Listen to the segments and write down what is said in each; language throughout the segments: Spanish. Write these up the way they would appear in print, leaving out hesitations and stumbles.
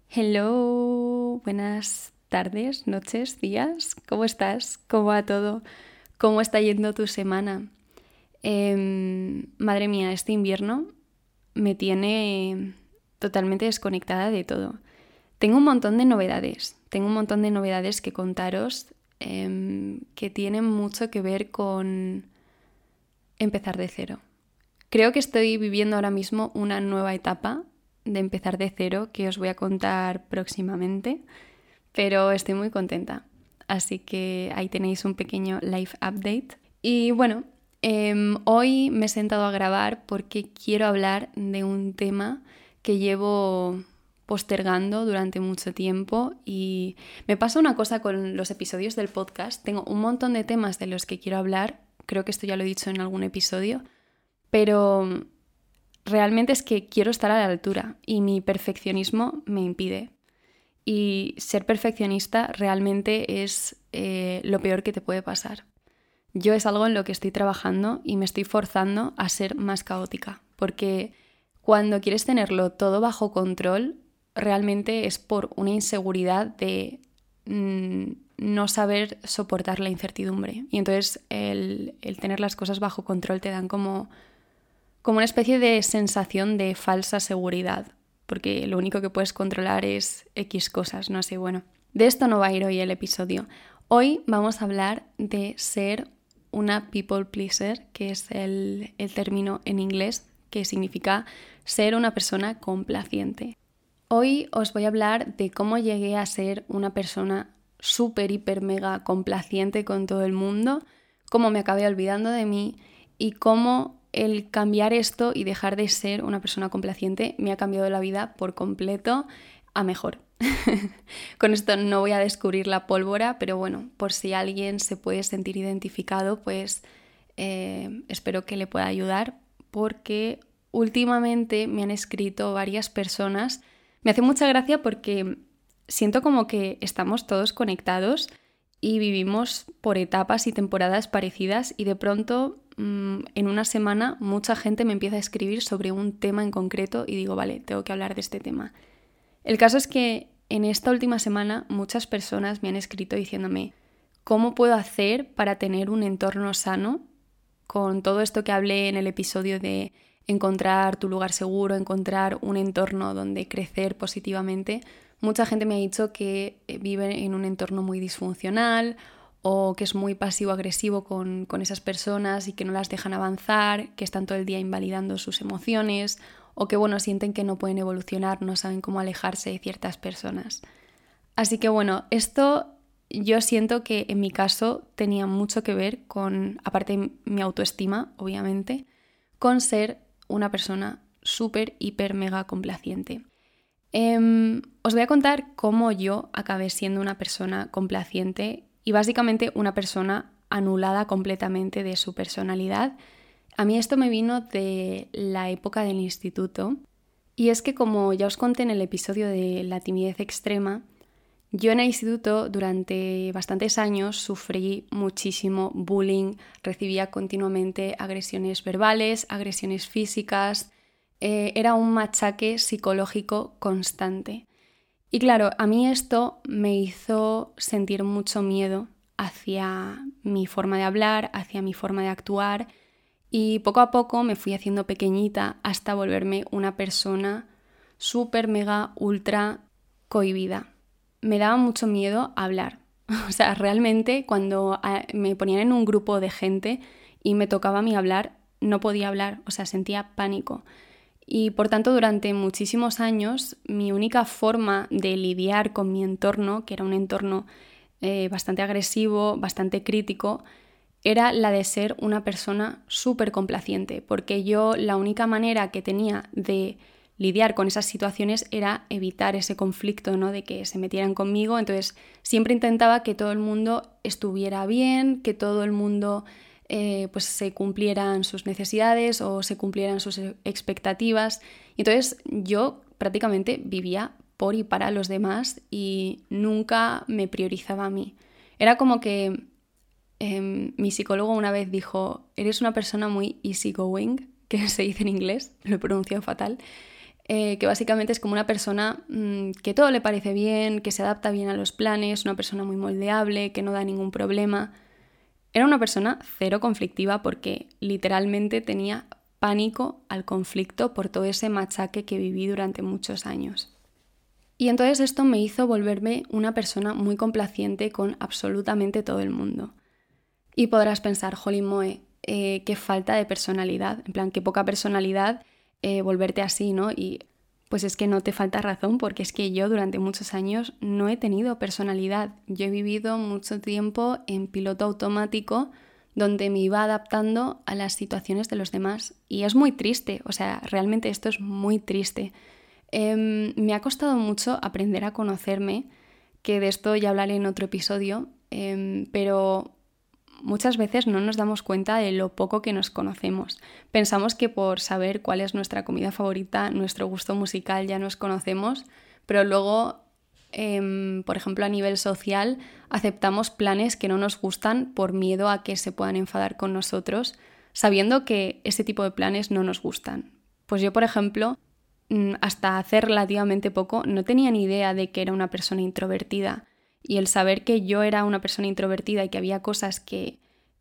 Hello, buenas tardes, noches, días. ¿Cómo estás? ¿Cómo va todo? ¿Cómo está yendo tu semana? Madre mía, este invierno me tiene totalmente desconectada de todo. Tengo un montón de novedades. Tengo un montón de novedades que contaros que tienen mucho que ver con empezar de cero. Creo que estoy viviendo ahora mismo una nueva etapa de empezar de cero que os voy a contar próximamente, pero estoy muy contenta. Así que ahí tenéis un pequeño live update. Y bueno, hoy me he sentado a grabar porque quiero hablar de un tema que llevo postergando durante mucho tiempo y me pasa una cosa con los episodios del podcast. Tengo un montón de temas de los que quiero hablar, creo que esto ya lo he dicho en algún episodio, pero realmente es que quiero estar a la altura y mi perfeccionismo me impide. Y ser perfeccionista realmente es lo peor que te puede pasar. Yo es algo en lo que estoy trabajando y me estoy forzando a ser más caótica, porque cuando quieres tenerlo todo bajo control, realmente es por una inseguridad de no saber soportar la incertidumbre. Y entonces el tener las cosas bajo control te dan como una especie de sensación de falsa seguridad, porque lo único que puedes controlar es X cosas, no sé, bueno. De esto no va a ir hoy el episodio. Hoy vamos a hablar de ser una people pleaser, que es el término en inglés que significa ser una persona complaciente. Hoy os voy a hablar de cómo llegué a ser una persona súper, hiper, mega complaciente con todo el mundo, cómo me acabé olvidando de mí y cómo el cambiar esto y dejar de ser una persona complaciente me ha cambiado la vida por completo a mejor. Con esto no voy a descubrir la pólvora, pero bueno, por si alguien se puede sentir identificado, pues espero que le pueda ayudar, porque últimamente me han escrito varias personas. Me hace mucha gracia porque siento como que estamos todos conectados y vivimos por etapas y temporadas parecidas y de pronto en una semana mucha gente me empieza a escribir sobre un tema en concreto y digo, vale, tengo que hablar de este tema. El caso es que en esta última semana muchas personas me han escrito diciéndome cómo puedo hacer para tener un entorno sano con todo esto que hablé en el episodio de encontrar tu lugar seguro, encontrar un entorno donde crecer positivamente. Mucha gente me ha dicho que vive en un entorno muy disfuncional o que es muy pasivo-agresivo con esas personas y que no las dejan avanzar, que están todo el día invalidando sus emociones o que, bueno, sienten que no pueden evolucionar, no saben cómo alejarse de ciertas personas. Así que, bueno, esto yo siento que en mi caso tenía mucho que ver con, aparte de mi autoestima, obviamente, con ser una persona súper, hiper, mega complaciente. Os voy a contar cómo yo acabé siendo una persona complaciente y básicamente una persona anulada completamente de su personalidad. A mí esto me vino de la época del instituto y es que, como ya os conté en el episodio de la timidez extrema, yo en el instituto durante bastantes años sufrí muchísimo bullying, recibía continuamente agresiones verbales, agresiones físicas, era un machaque psicológico constante. Y claro, a mí esto me hizo sentir mucho miedo hacia mi forma de hablar, hacia mi forma de actuar y poco a poco me fui haciendo pequeñita hasta volverme una persona súper, mega, ultra cohibida. Me daba mucho miedo hablar. O sea, realmente cuando me ponían en un grupo de gente y me tocaba a mí hablar, no podía hablar, o sea, sentía pánico. Y por tanto, durante muchísimos años, mi única forma de lidiar con mi entorno, que era un entorno bastante agresivo, bastante crítico, era la de ser una persona súper complaciente, porque yo la única manera que tenía de lidiar con esas situaciones era evitar ese conflicto, ¿no? De que se metieran conmigo. Entonces siempre intentaba que todo el mundo estuviera bien, que todo el mundo pues se cumplieran sus necesidades o se cumplieran sus expectativas. Y entonces yo prácticamente vivía por y para los demás y nunca me priorizaba a mí. Era como que mi psicólogo una vez dijo, eres una persona muy easygoing, que se dice en inglés, lo he pronunciado fatal. que básicamente es como una persona que todo le parece bien, que se adapta bien a los planes, una persona muy moldeable, que no da ningún problema. Era una persona cero conflictiva porque literalmente tenía pánico al conflicto por todo ese machaque que viví durante muchos años. Y entonces esto me hizo volverme una persona muy complaciente con absolutamente todo el mundo. Y podrás pensar, jolín Moe, qué falta de personalidad, en plan, qué poca personalidad volverte así, ¿no? Y pues es que no te falta razón, porque es que yo durante muchos años no he tenido personalidad. Yo he vivido mucho tiempo en piloto automático, donde me iba adaptando a las situaciones de los demás. Y es muy triste, o sea, realmente esto es muy triste. Me ha costado mucho aprender a conocerme, que de esto ya hablaré en otro episodio, pero muchas veces no nos damos cuenta de lo poco que nos conocemos. Pensamos que por saber cuál es nuestra comida favorita, nuestro gusto musical, ya nos conocemos, pero luego, por ejemplo, a nivel social, aceptamos planes que no nos gustan por miedo a que se puedan enfadar con nosotros, sabiendo que ese tipo de planes no nos gustan. Pues yo, por ejemplo, hasta hace relativamente poco no tenía ni idea de que era una persona introvertida. Y el saber que yo era una persona introvertida y que había cosas que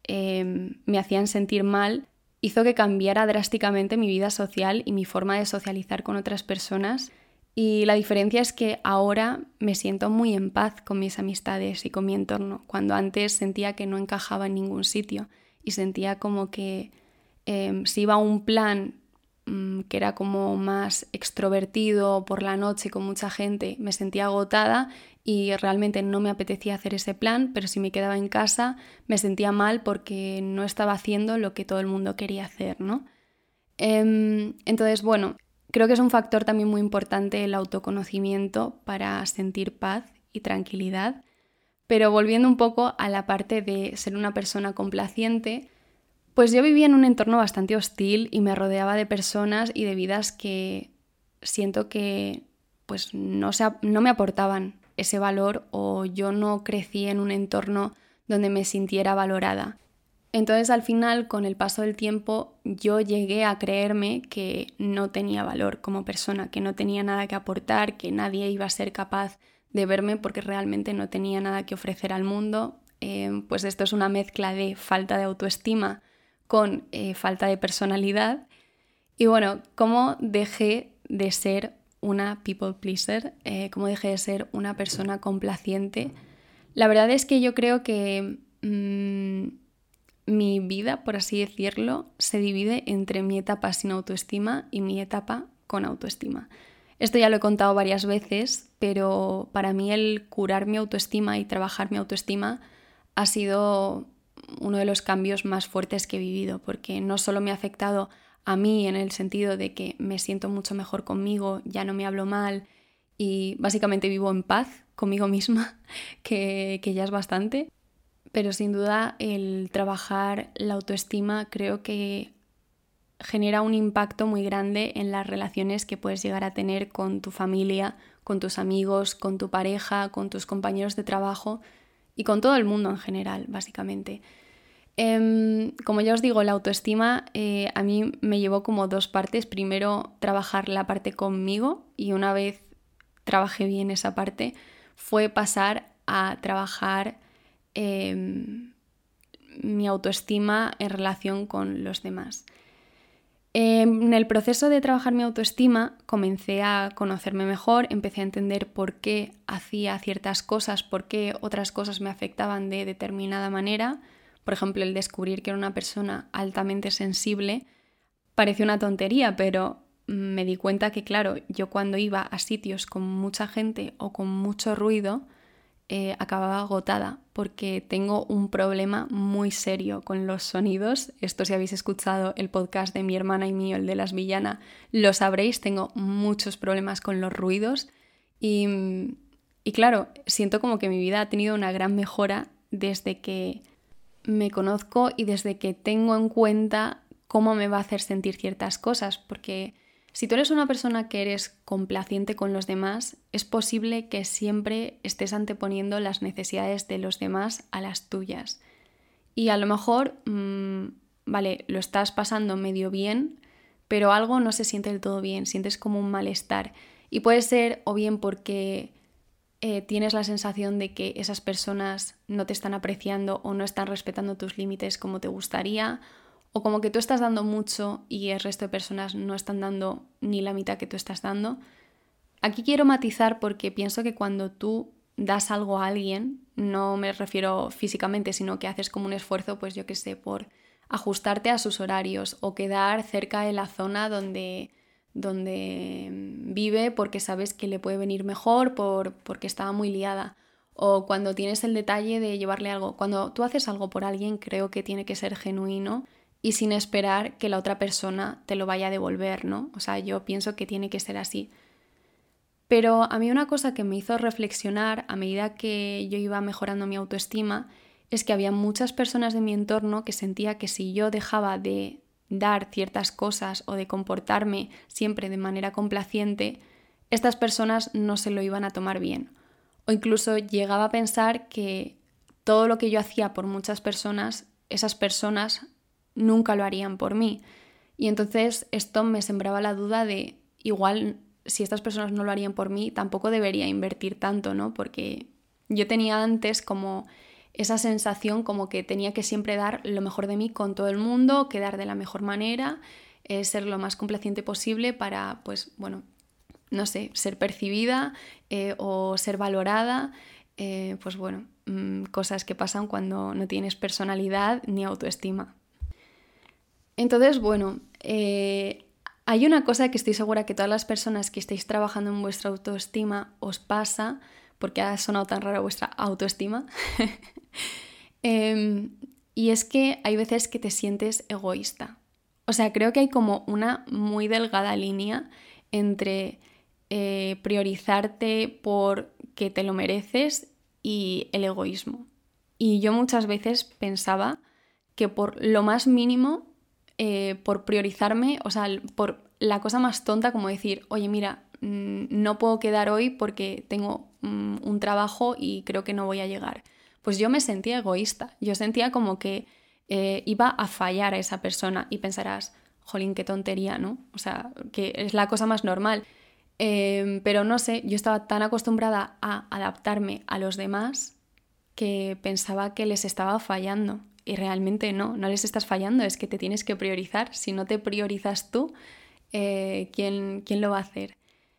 me hacían sentir mal hizo que cambiara drásticamente mi vida social y mi forma de socializar con otras personas. Y la diferencia es que ahora me siento muy en paz con mis amistades y con mi entorno, cuando antes sentía que no encajaba en ningún sitio y sentía como que si iba a un plan que era como más extrovertido por la noche con mucha gente, me sentía agotada y realmente no me apetecía hacer ese plan, pero si me quedaba en casa me sentía mal porque no estaba haciendo lo que todo el mundo quería hacer, ¿no? Entonces, bueno, creo que es un factor también muy importante el autoconocimiento para sentir paz y tranquilidad, pero volviendo un poco a la parte de ser una persona complaciente, pues yo vivía en un entorno bastante hostil y me rodeaba de personas y de vidas que siento que pues no me aportaban ese valor, o yo no crecí en un entorno donde me sintiera valorada. Entonces al final, con el paso del tiempo, yo llegué a creerme que no tenía valor como persona, que no tenía nada que aportar, que nadie iba a ser capaz de verme porque realmente no tenía nada que ofrecer al mundo. Pues esto es una mezcla de falta de autoestima con falta de personalidad. Y bueno, ¿cómo dejé de ser una people pleaser? ¿Cómo dejé de ser una persona complaciente? La verdad es que yo creo que mi vida, por así decirlo, se divide entre mi etapa sin autoestima y mi etapa con autoestima. Esto ya lo he contado varias veces, pero para mí el curar mi autoestima y trabajar mi autoestima ha sido uno de los cambios más fuertes que he vivido, porque no solo me ha afectado a mí en el sentido de que me siento mucho mejor conmigo, ya no me hablo mal y básicamente vivo en paz conmigo misma, que ya es bastante, pero sin duda el trabajar la autoestima creo que genera un impacto muy grande en las relaciones que puedes llegar a tener con tu familia, con tus amigos, con tu pareja, con tus compañeros de trabajo y con todo el mundo en general, básicamente. Como ya os digo, la autoestima a mí me llevó como dos partes. Primero, trabajar la parte conmigo, y una vez trabajé bien esa parte, fue pasar a trabajar mi autoestima en relación con los demás. En el proceso de trabajar mi autoestima comencé a conocerme mejor, empecé a entender por qué hacía ciertas cosas, por qué otras cosas me afectaban de determinada manera. Por ejemplo, el descubrir que era una persona altamente sensible pareció una tontería, pero me di cuenta que, claro, yo cuando iba a sitios con mucha gente o con mucho ruido, acababa agotada porque tengo un problema muy serio con los sonidos. Esto, si habéis escuchado el podcast de mi hermana y mío, el de Las Villana, lo sabréis, tengo muchos problemas con los ruidos y claro, siento como que mi vida ha tenido una gran mejora desde que me conozco y desde que tengo en cuenta cómo me va a hacer sentir ciertas cosas, porque si tú eres una persona que eres complaciente con los demás, es posible que siempre estés anteponiendo las necesidades de los demás a las tuyas. Y a lo mejor, vale, lo estás pasando medio bien, pero algo no se siente del todo bien, sientes como un malestar. Y puede ser o bien porque tienes la sensación de que esas personas no te están apreciando o no están respetando tus límites como te gustaría, o como que tú estás dando mucho y el resto de personas no están dando ni la mitad que tú estás dando. Aquí quiero matizar porque pienso que cuando tú das algo a alguien, no me refiero físicamente, sino que haces como un esfuerzo, pues yo qué sé, por ajustarte a sus horarios o quedar cerca de la zona donde vive porque sabes que le puede venir mejor porque estaba muy liada. O cuando tienes el detalle de llevarle algo. Cuando tú haces algo por alguien, creo que tiene que ser genuino y sin esperar que la otra persona te lo vaya a devolver, ¿no? O sea, yo pienso que tiene que ser así. Pero a mí una cosa que me hizo reflexionar a medida que yo iba mejorando mi autoestima es que había muchas personas de mi entorno que sentía que si yo dejaba de dar ciertas cosas o de comportarme siempre de manera complaciente, estas personas no se lo iban a tomar bien. O incluso llegaba a pensar que todo lo que yo hacía por muchas personas, esas personas nunca lo harían por mí. Y entonces esto me sembraba la duda de igual si estas personas no lo harían por mí, tampoco debería invertir tanto, ¿no? Porque yo tenía antes como esa sensación como que tenía que siempre dar lo mejor de mí con todo el mundo, quedar de la mejor manera, ser lo más complaciente posible para, pues, bueno, no sé, ser percibida o ser valorada, pues bueno, cosas que pasan cuando no tienes personalidad ni autoestima. Entonces, bueno, hay una cosa que estoy segura que todas las personas que estáis trabajando en vuestra autoestima os pasa, porque ha sonado tan raro vuestra autoestima, y es que hay veces que te sientes egoísta. O sea, creo que hay como una muy delgada línea entre priorizarte porque te lo mereces y el egoísmo. Y yo muchas veces pensaba que por lo más mínimo, por priorizarme, o sea, por la cosa más tonta como decir, oye, mira, no puedo quedar hoy porque tengo un trabajo y creo que no voy a llegar. Pues yo me sentía egoísta, yo sentía como que iba a fallar a esa persona y pensarás, jolín, qué tontería, ¿no? O sea, que es la cosa más normal. Pero no sé, yo estaba tan acostumbrada a adaptarme a los demás que pensaba que les estaba fallando. Y realmente no les estás fallando, es que te tienes que priorizar. Si no te priorizas tú, ¿quién lo va a hacer?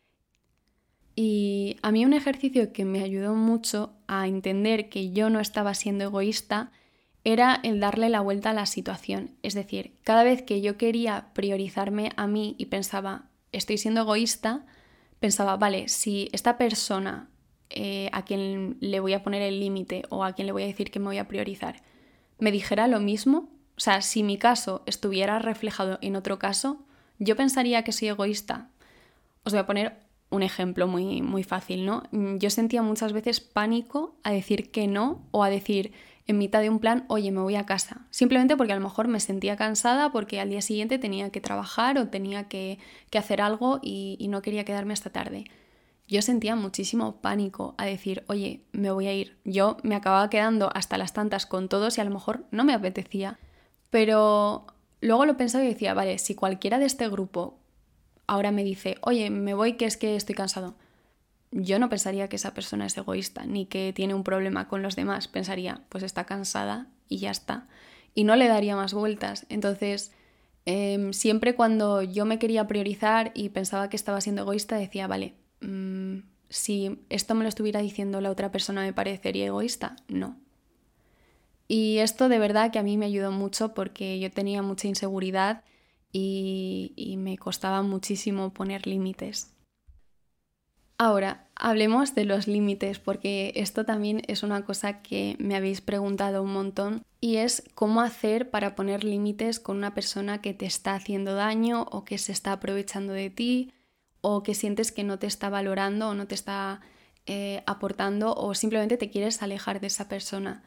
Y a mí un ejercicio que me ayudó mucho a entender que yo no estaba siendo egoísta era el darle la vuelta a la situación. Es decir, cada vez que yo quería priorizarme a mí y pensaba, estoy siendo egoísta, pensaba, vale, si esta persona a quien le voy a poner el límite o a quien le voy a decir que me voy a priorizar, me dijera lo mismo, o sea, si mi caso estuviera reflejado en otro caso, yo pensaría que soy egoísta. Os voy a poner un ejemplo muy, muy fácil, ¿no? Yo sentía muchas veces pánico a decir que no o a decir en mitad de un plan, oye, me voy a casa. Simplemente porque a lo mejor me sentía cansada porque al día siguiente tenía que trabajar o tenía que hacer algo y no quería quedarme hasta tarde. Yo sentía muchísimo pánico a decir, oye, me voy a ir. Yo me acababa quedando hasta las tantas con todos y a lo mejor no me apetecía. Pero luego lo pensaba y decía, vale, si cualquiera de este grupo ahora me dice, oye, me voy que es que estoy cansado, yo no pensaría que esa persona es egoísta ni que tiene un problema con los demás. Pensaría, pues está cansada y ya está. Y no le daría más vueltas. Entonces, siempre cuando yo me quería priorizar y pensaba que estaba siendo egoísta, decía, vale, si esto me lo estuviera diciendo la otra persona, ¿me parecería egoísta? No. Y esto de verdad que a mí me ayudó mucho porque yo tenía mucha inseguridad y me costaba muchísimo poner límites. Ahora, hablemos de los límites porque esto también es una cosa que me habéis preguntado un montón y es cómo hacer para poner límites con una persona que te está haciendo daño o que se está aprovechando de ti o que sientes que no te está valorando o no te está aportando o simplemente te quieres alejar de esa persona.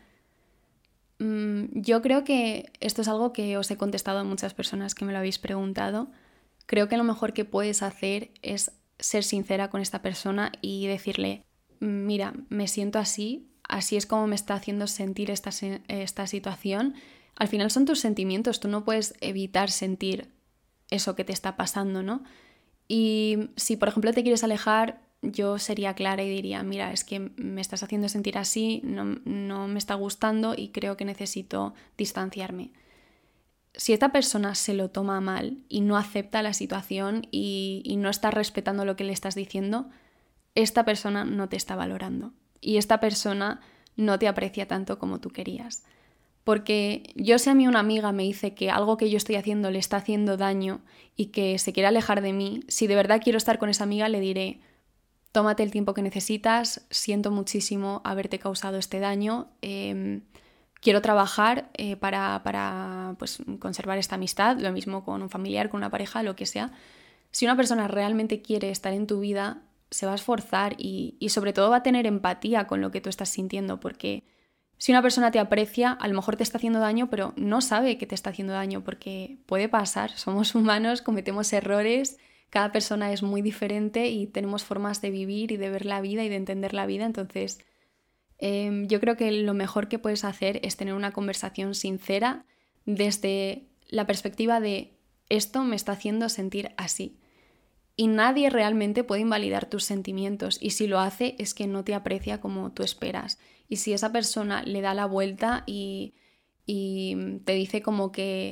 Yo creo que esto es algo que os he contestado a muchas personas que me lo habéis preguntado. Creo que lo mejor que puedes hacer es ser sincera con esta persona y decirle, mira, me siento así, así es como me está haciendo sentir esta situación. Al final son tus sentimientos, tú no puedes evitar sentir eso que te está pasando, ¿no? Y si, por ejemplo, te quieres alejar, yo sería clara y diría, mira, es que me estás haciendo sentir así, no me está gustando y creo que necesito distanciarme. Si esta persona se lo toma mal y no acepta la situación y no está respetando lo que le estás diciendo, esta persona no te está valorando y esta persona no te aprecia tanto como tú querías. Porque yo, si a mí una amiga me dice que algo que yo estoy haciendo le está haciendo daño y que se quiere alejar de mí, si de verdad quiero estar con esa amiga le diré, tómate el tiempo que necesitas, siento muchísimo haberte causado este daño, quiero trabajar para pues, conservar esta amistad, lo mismo con un familiar, con una pareja, lo que sea. Si una persona realmente quiere estar en tu vida, se va a esforzar y sobre todo va a tener empatía con lo que tú estás sintiendo, porque si una persona te aprecia, a lo mejor te está haciendo daño, pero no sabe que te está haciendo daño, porque puede pasar, somos humanos, cometemos errores, cada persona es muy diferente y tenemos formas de vivir y de ver la vida y de entender la vida, entonces yo creo que lo mejor que puedes hacer es tener una conversación sincera desde la perspectiva de esto me está haciendo sentir así. Y nadie realmente puede invalidar tus sentimientos y si lo hace es que no te aprecia como tú esperas. Y si esa persona le da la vuelta y te dice como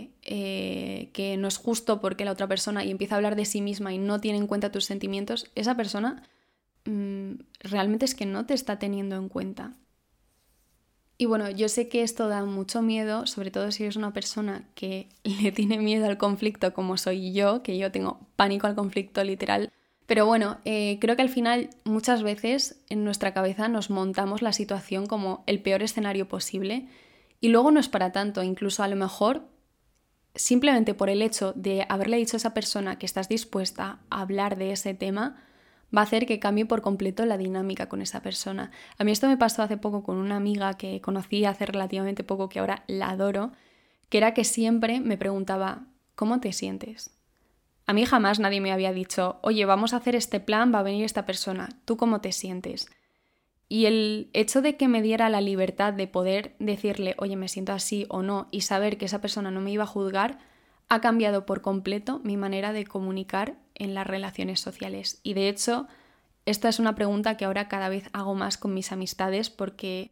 que no es justo porque la otra persona y empieza a hablar de sí misma y no tiene en cuenta tus sentimientos, esa persona realmente es que no te está teniendo en cuenta. Y bueno, yo sé que esto da mucho miedo, sobre todo si eres una persona que le tiene miedo al conflicto como soy yo, que yo tengo pánico al conflicto literal. Pero bueno, creo que al final muchas veces en nuestra cabeza nos montamos la situación como el peor escenario posible y luego no es para tanto, incluso a lo mejor simplemente por el hecho de haberle dicho a esa persona que estás dispuesta a hablar de ese tema, va a hacer que cambie por completo la dinámica con esa persona. A mí esto me pasó hace poco con una amiga que conocí hace relativamente poco, que ahora la adoro, que era que siempre me preguntaba, ¿cómo te sientes? A mí jamás nadie me había dicho, oye, vamos a hacer este plan, va a venir esta persona, ¿tú cómo te sientes? Y el hecho de que me diera la libertad de poder decirle, oye, me siento así o no, y saber que esa persona no me iba a juzgar, ha cambiado por completo mi manera de comunicar en las relaciones sociales. Y de hecho, esta es una pregunta que ahora cada vez hago más con mis amistades porque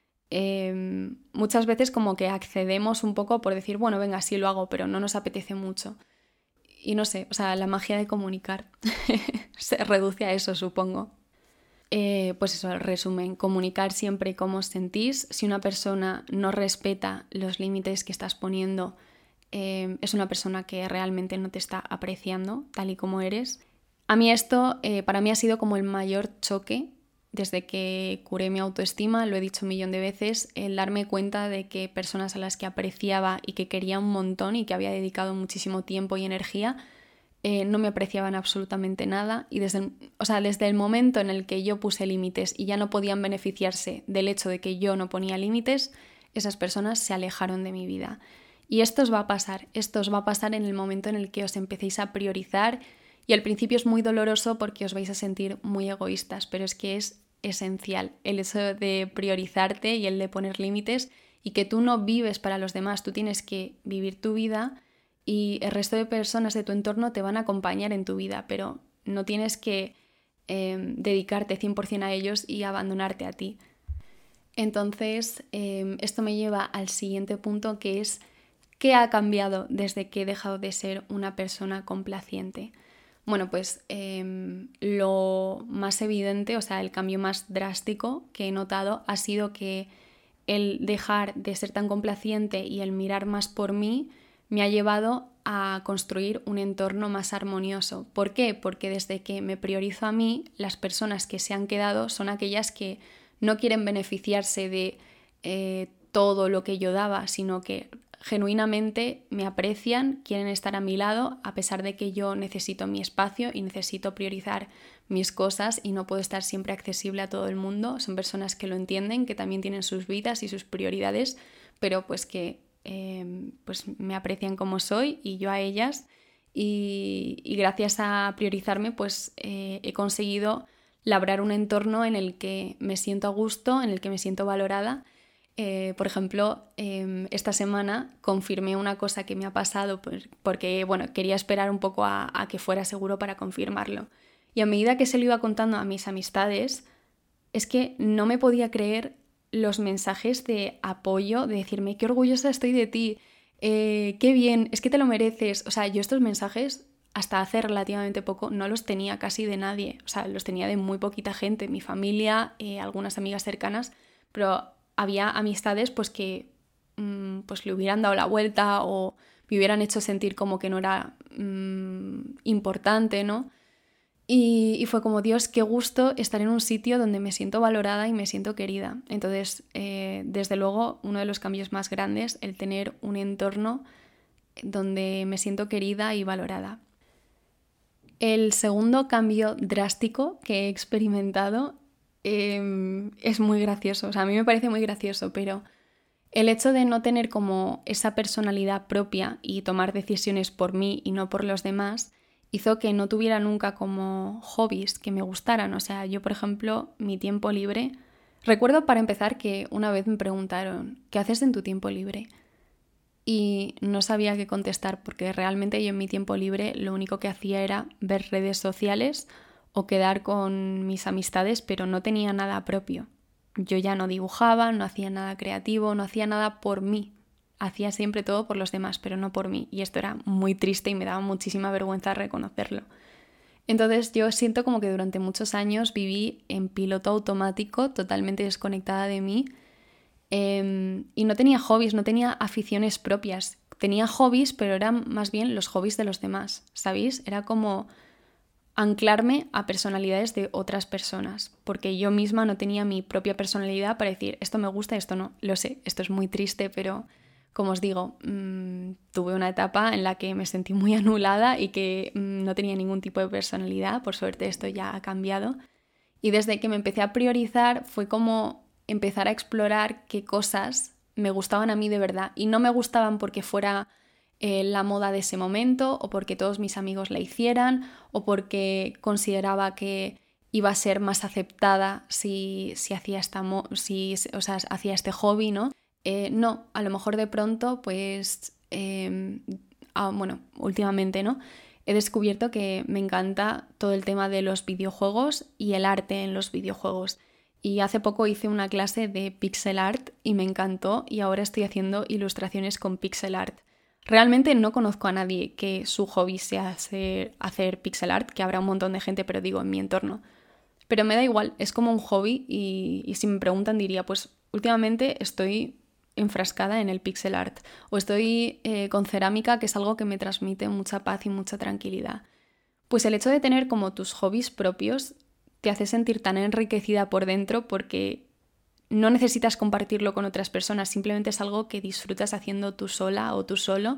muchas veces como que accedemos un poco por decir, bueno, venga, sí lo hago, pero no nos apetece mucho. Y no sé, o sea, la magia de comunicar se reduce a eso, supongo. Pues eso, el resumen, comunicar siempre cómo os sentís. Si una persona no respeta los límites que estás poniendo, es una persona que realmente no te está apreciando tal y como eres. A mí esto, para mí ha sido como el mayor choque desde que curé mi autoestima, lo he dicho un millón de veces, el darme cuenta de que personas a las que apreciaba y que quería un montón y que había dedicado muchísimo tiempo y energía, no me apreciaban absolutamente nada y desde el momento en el que yo puse límites y ya no podían beneficiarse del hecho de que yo no ponía límites, esas personas se alejaron de mi vida. Y esto os va a pasar en el momento en el que os empecéis a priorizar y al principio es muy doloroso porque os vais a sentir muy egoístas, pero es que es esencial el hecho de priorizarte y el de poner límites y que tú no vives para los demás, tú tienes que vivir tu vida y el resto de personas de tu entorno te van a acompañar en tu vida, pero no tienes que dedicarte 100% a ellos y abandonarte a ti. Entonces, esto me lleva al siguiente punto, que es ¿qué ha cambiado desde que he dejado de ser una persona complaciente? Bueno, pues lo más evidente, o sea, el cambio más drástico que he notado ha sido que el dejar de ser tan complaciente y el mirar más por mí me ha llevado a construir un entorno más armonioso. ¿Por qué? Porque desde que me priorizo a mí, las personas que se han quedado son aquellas que no quieren beneficiarse de todo lo que yo daba, sino que genuinamente me aprecian, quieren estar a mi lado, a pesar de que yo necesito mi espacio y necesito priorizar mis cosas y no puedo estar siempre accesible a todo el mundo. Son personas que lo entienden, que también tienen sus vidas y sus prioridades, pero pues que pues me aprecian como soy y yo a ellas. Y gracias a priorizarme pues he conseguido labrar un entorno en el que me siento a gusto, en el que me siento valorada, Por ejemplo, esta semana confirmé una cosa que me ha pasado porque, bueno, quería esperar un poco a que fuera seguro para confirmarlo. Y a medida que se lo iba contando a mis amistades, es que no me podía creer los mensajes de apoyo, de decirme, qué orgullosa estoy de ti, qué bien, es que te lo mereces. O sea, yo estos mensajes hasta hace relativamente poco no los tenía casi de nadie. O sea, los tenía de muy poquita gente, mi familia, algunas amigas cercanas, pero había amistades pues que pues le hubieran dado la vuelta o me hubieran hecho sentir como que no era importante, ¿no? Y fue como, Dios, qué gusto estar en un sitio donde me siento valorada y me siento querida. Entonces, desde luego, uno de los cambios más grandes, el tener un entorno donde me siento querida y valorada. El segundo cambio drástico que he experimentado es muy gracioso. O sea, a mí me parece muy gracioso, pero el hecho de no tener como esa personalidad propia y tomar decisiones por mí y no por los demás hizo que no tuviera nunca como hobbies que me gustaran. O sea, yo, por ejemplo, mi tiempo libre... Recuerdo para empezar que una vez me preguntaron, ¿qué haces en tu tiempo libre? Y no sabía qué contestar porque realmente yo en mi tiempo libre lo único que hacía era ver redes sociales o quedar con mis amistades, pero no tenía nada propio. Yo ya no dibujaba, no hacía nada creativo, no hacía nada por mí. Hacía siempre todo por los demás, pero no por mí. Y esto era muy triste y me daba muchísima vergüenza reconocerlo. Entonces yo siento como que durante muchos años viví en piloto automático, totalmente desconectada de mí. Y no tenía hobbies, no tenía aficiones propias. Tenía hobbies, pero eran más bien los hobbies de los demás, ¿sabéis? Era como anclarme a personalidades de otras personas, porque yo misma no tenía mi propia personalidad para decir esto me gusta, esto no. Lo sé, esto es muy triste, pero como os digo, tuve una etapa en la que me sentí muy anulada y que no tenía ningún tipo de personalidad. Por suerte esto ya ha cambiado. Y desde que me empecé a priorizar fue como empezar a explorar qué cosas me gustaban a mí de verdad. Y no me gustaban porque fuera la moda de ese momento o porque todos mis amigos la hicieran o porque consideraba que iba a ser más aceptada si hacía hacía este hobby, ¿no? No, a lo mejor de pronto, pues, bueno, últimamente, ¿no? He descubierto que me encanta todo el tema de los videojuegos y el arte en los videojuegos. Y hace poco hice una clase de pixel art y me encantó y ahora estoy haciendo ilustraciones con pixel art. Realmente no conozco a nadie que su hobby sea hacer pixel art, que habrá un montón de gente, pero digo, en mi entorno. Pero me da igual, es como un hobby y si me preguntan diría, pues últimamente estoy enfrascada en el pixel art o estoy con cerámica, que es algo que me transmite mucha paz y mucha tranquilidad. Pues el hecho de tener como tus hobbies propios te hace sentir tan enriquecida por dentro porque no necesitas compartirlo con otras personas, simplemente es algo que disfrutas haciendo tú sola o tú solo.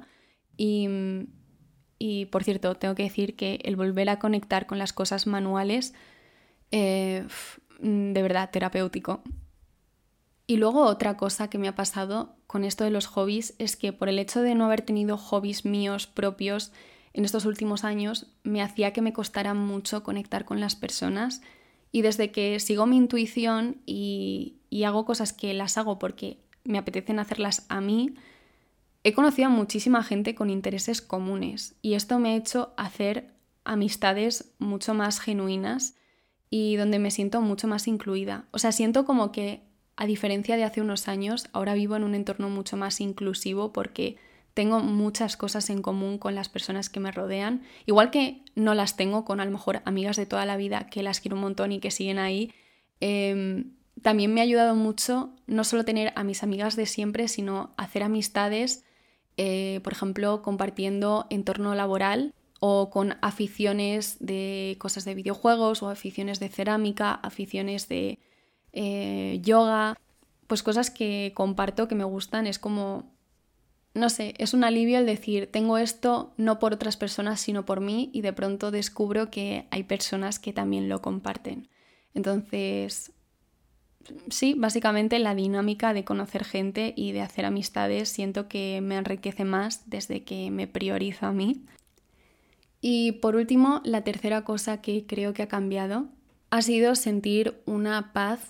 Y por cierto, tengo que decir que el volver a conectar con las cosas manuales, de verdad, terapéutico. Y luego otra cosa que me ha pasado con esto de los hobbies es que por el hecho de no haber tenido hobbies míos propios en estos últimos años, me hacía que me costara mucho conectar con las personas. Y desde que sigo mi intuición y hago cosas que las hago porque me apetecen hacerlas a mí, he conocido a muchísima gente con intereses comunes y esto me ha hecho hacer amistades mucho más genuinas y donde me siento mucho más incluida. O sea, siento como que, a diferencia de hace unos años, ahora vivo en un entorno mucho más inclusivo porque tengo muchas cosas en común con las personas que me rodean, igual que no las tengo con a lo mejor amigas de toda la vida que las quiero un montón y que siguen ahí. También me ha ayudado mucho no solo tener a mis amigas de siempre, sino hacer amistades, por ejemplo, compartiendo entorno laboral o con aficiones de cosas de videojuegos o aficiones de cerámica, aficiones de yoga, pues cosas que comparto que me gustan. Es como, no sé, es un alivio el decir, tengo esto no por otras personas sino por mí y de pronto descubro que hay personas que también lo comparten. Entonces, sí, básicamente la dinámica de conocer gente y de hacer amistades siento que me enriquece más desde que me priorizo a mí. Y por último, la tercera cosa que creo que ha cambiado ha sido sentir una paz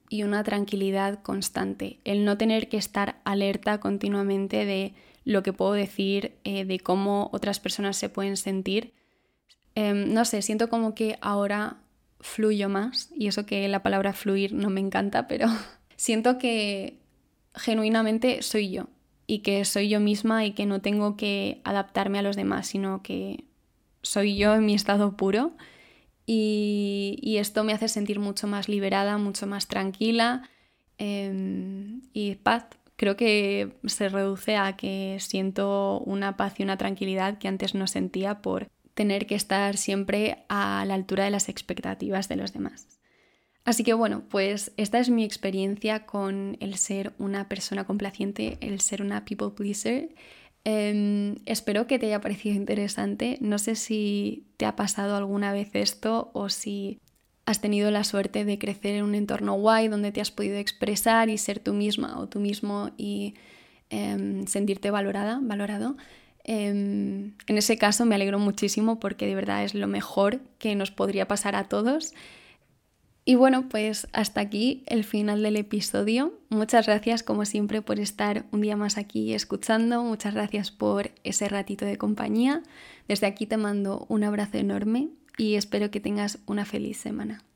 y una tranquilidad constante. El no tener que estar alerta continuamente de lo que puedo decir, de cómo otras personas se pueden sentir. No sé, siento como que ahora fluyo más, y eso que la palabra fluir no me encanta, pero siento que genuinamente soy yo y que soy yo misma y que no tengo que adaptarme a los demás, sino que soy yo en mi estado puro y esto me hace sentir mucho más liberada, mucho más tranquila y paz. Creo que se reduce a que siento una paz y una tranquilidad que antes no sentía por tener que estar siempre a la altura de las expectativas de los demás. Así que bueno, pues esta es mi experiencia con el ser una persona complaciente, el ser una people pleaser. Espero que te haya parecido interesante. No sé si te ha pasado alguna vez esto o si has tenido la suerte de crecer en un entorno guay donde te has podido expresar y ser tú misma o tú mismo y sentirte valorado. En ese caso me alegro muchísimo porque de verdad es lo mejor que nos podría pasar a todos. Y bueno, pues hasta aquí el final del episodio. Muchas gracias como siempre por estar un día más aquí escuchando. Muchas gracias por ese ratito de compañía. Desde aquí te mando un abrazo enorme y espero que tengas una feliz semana.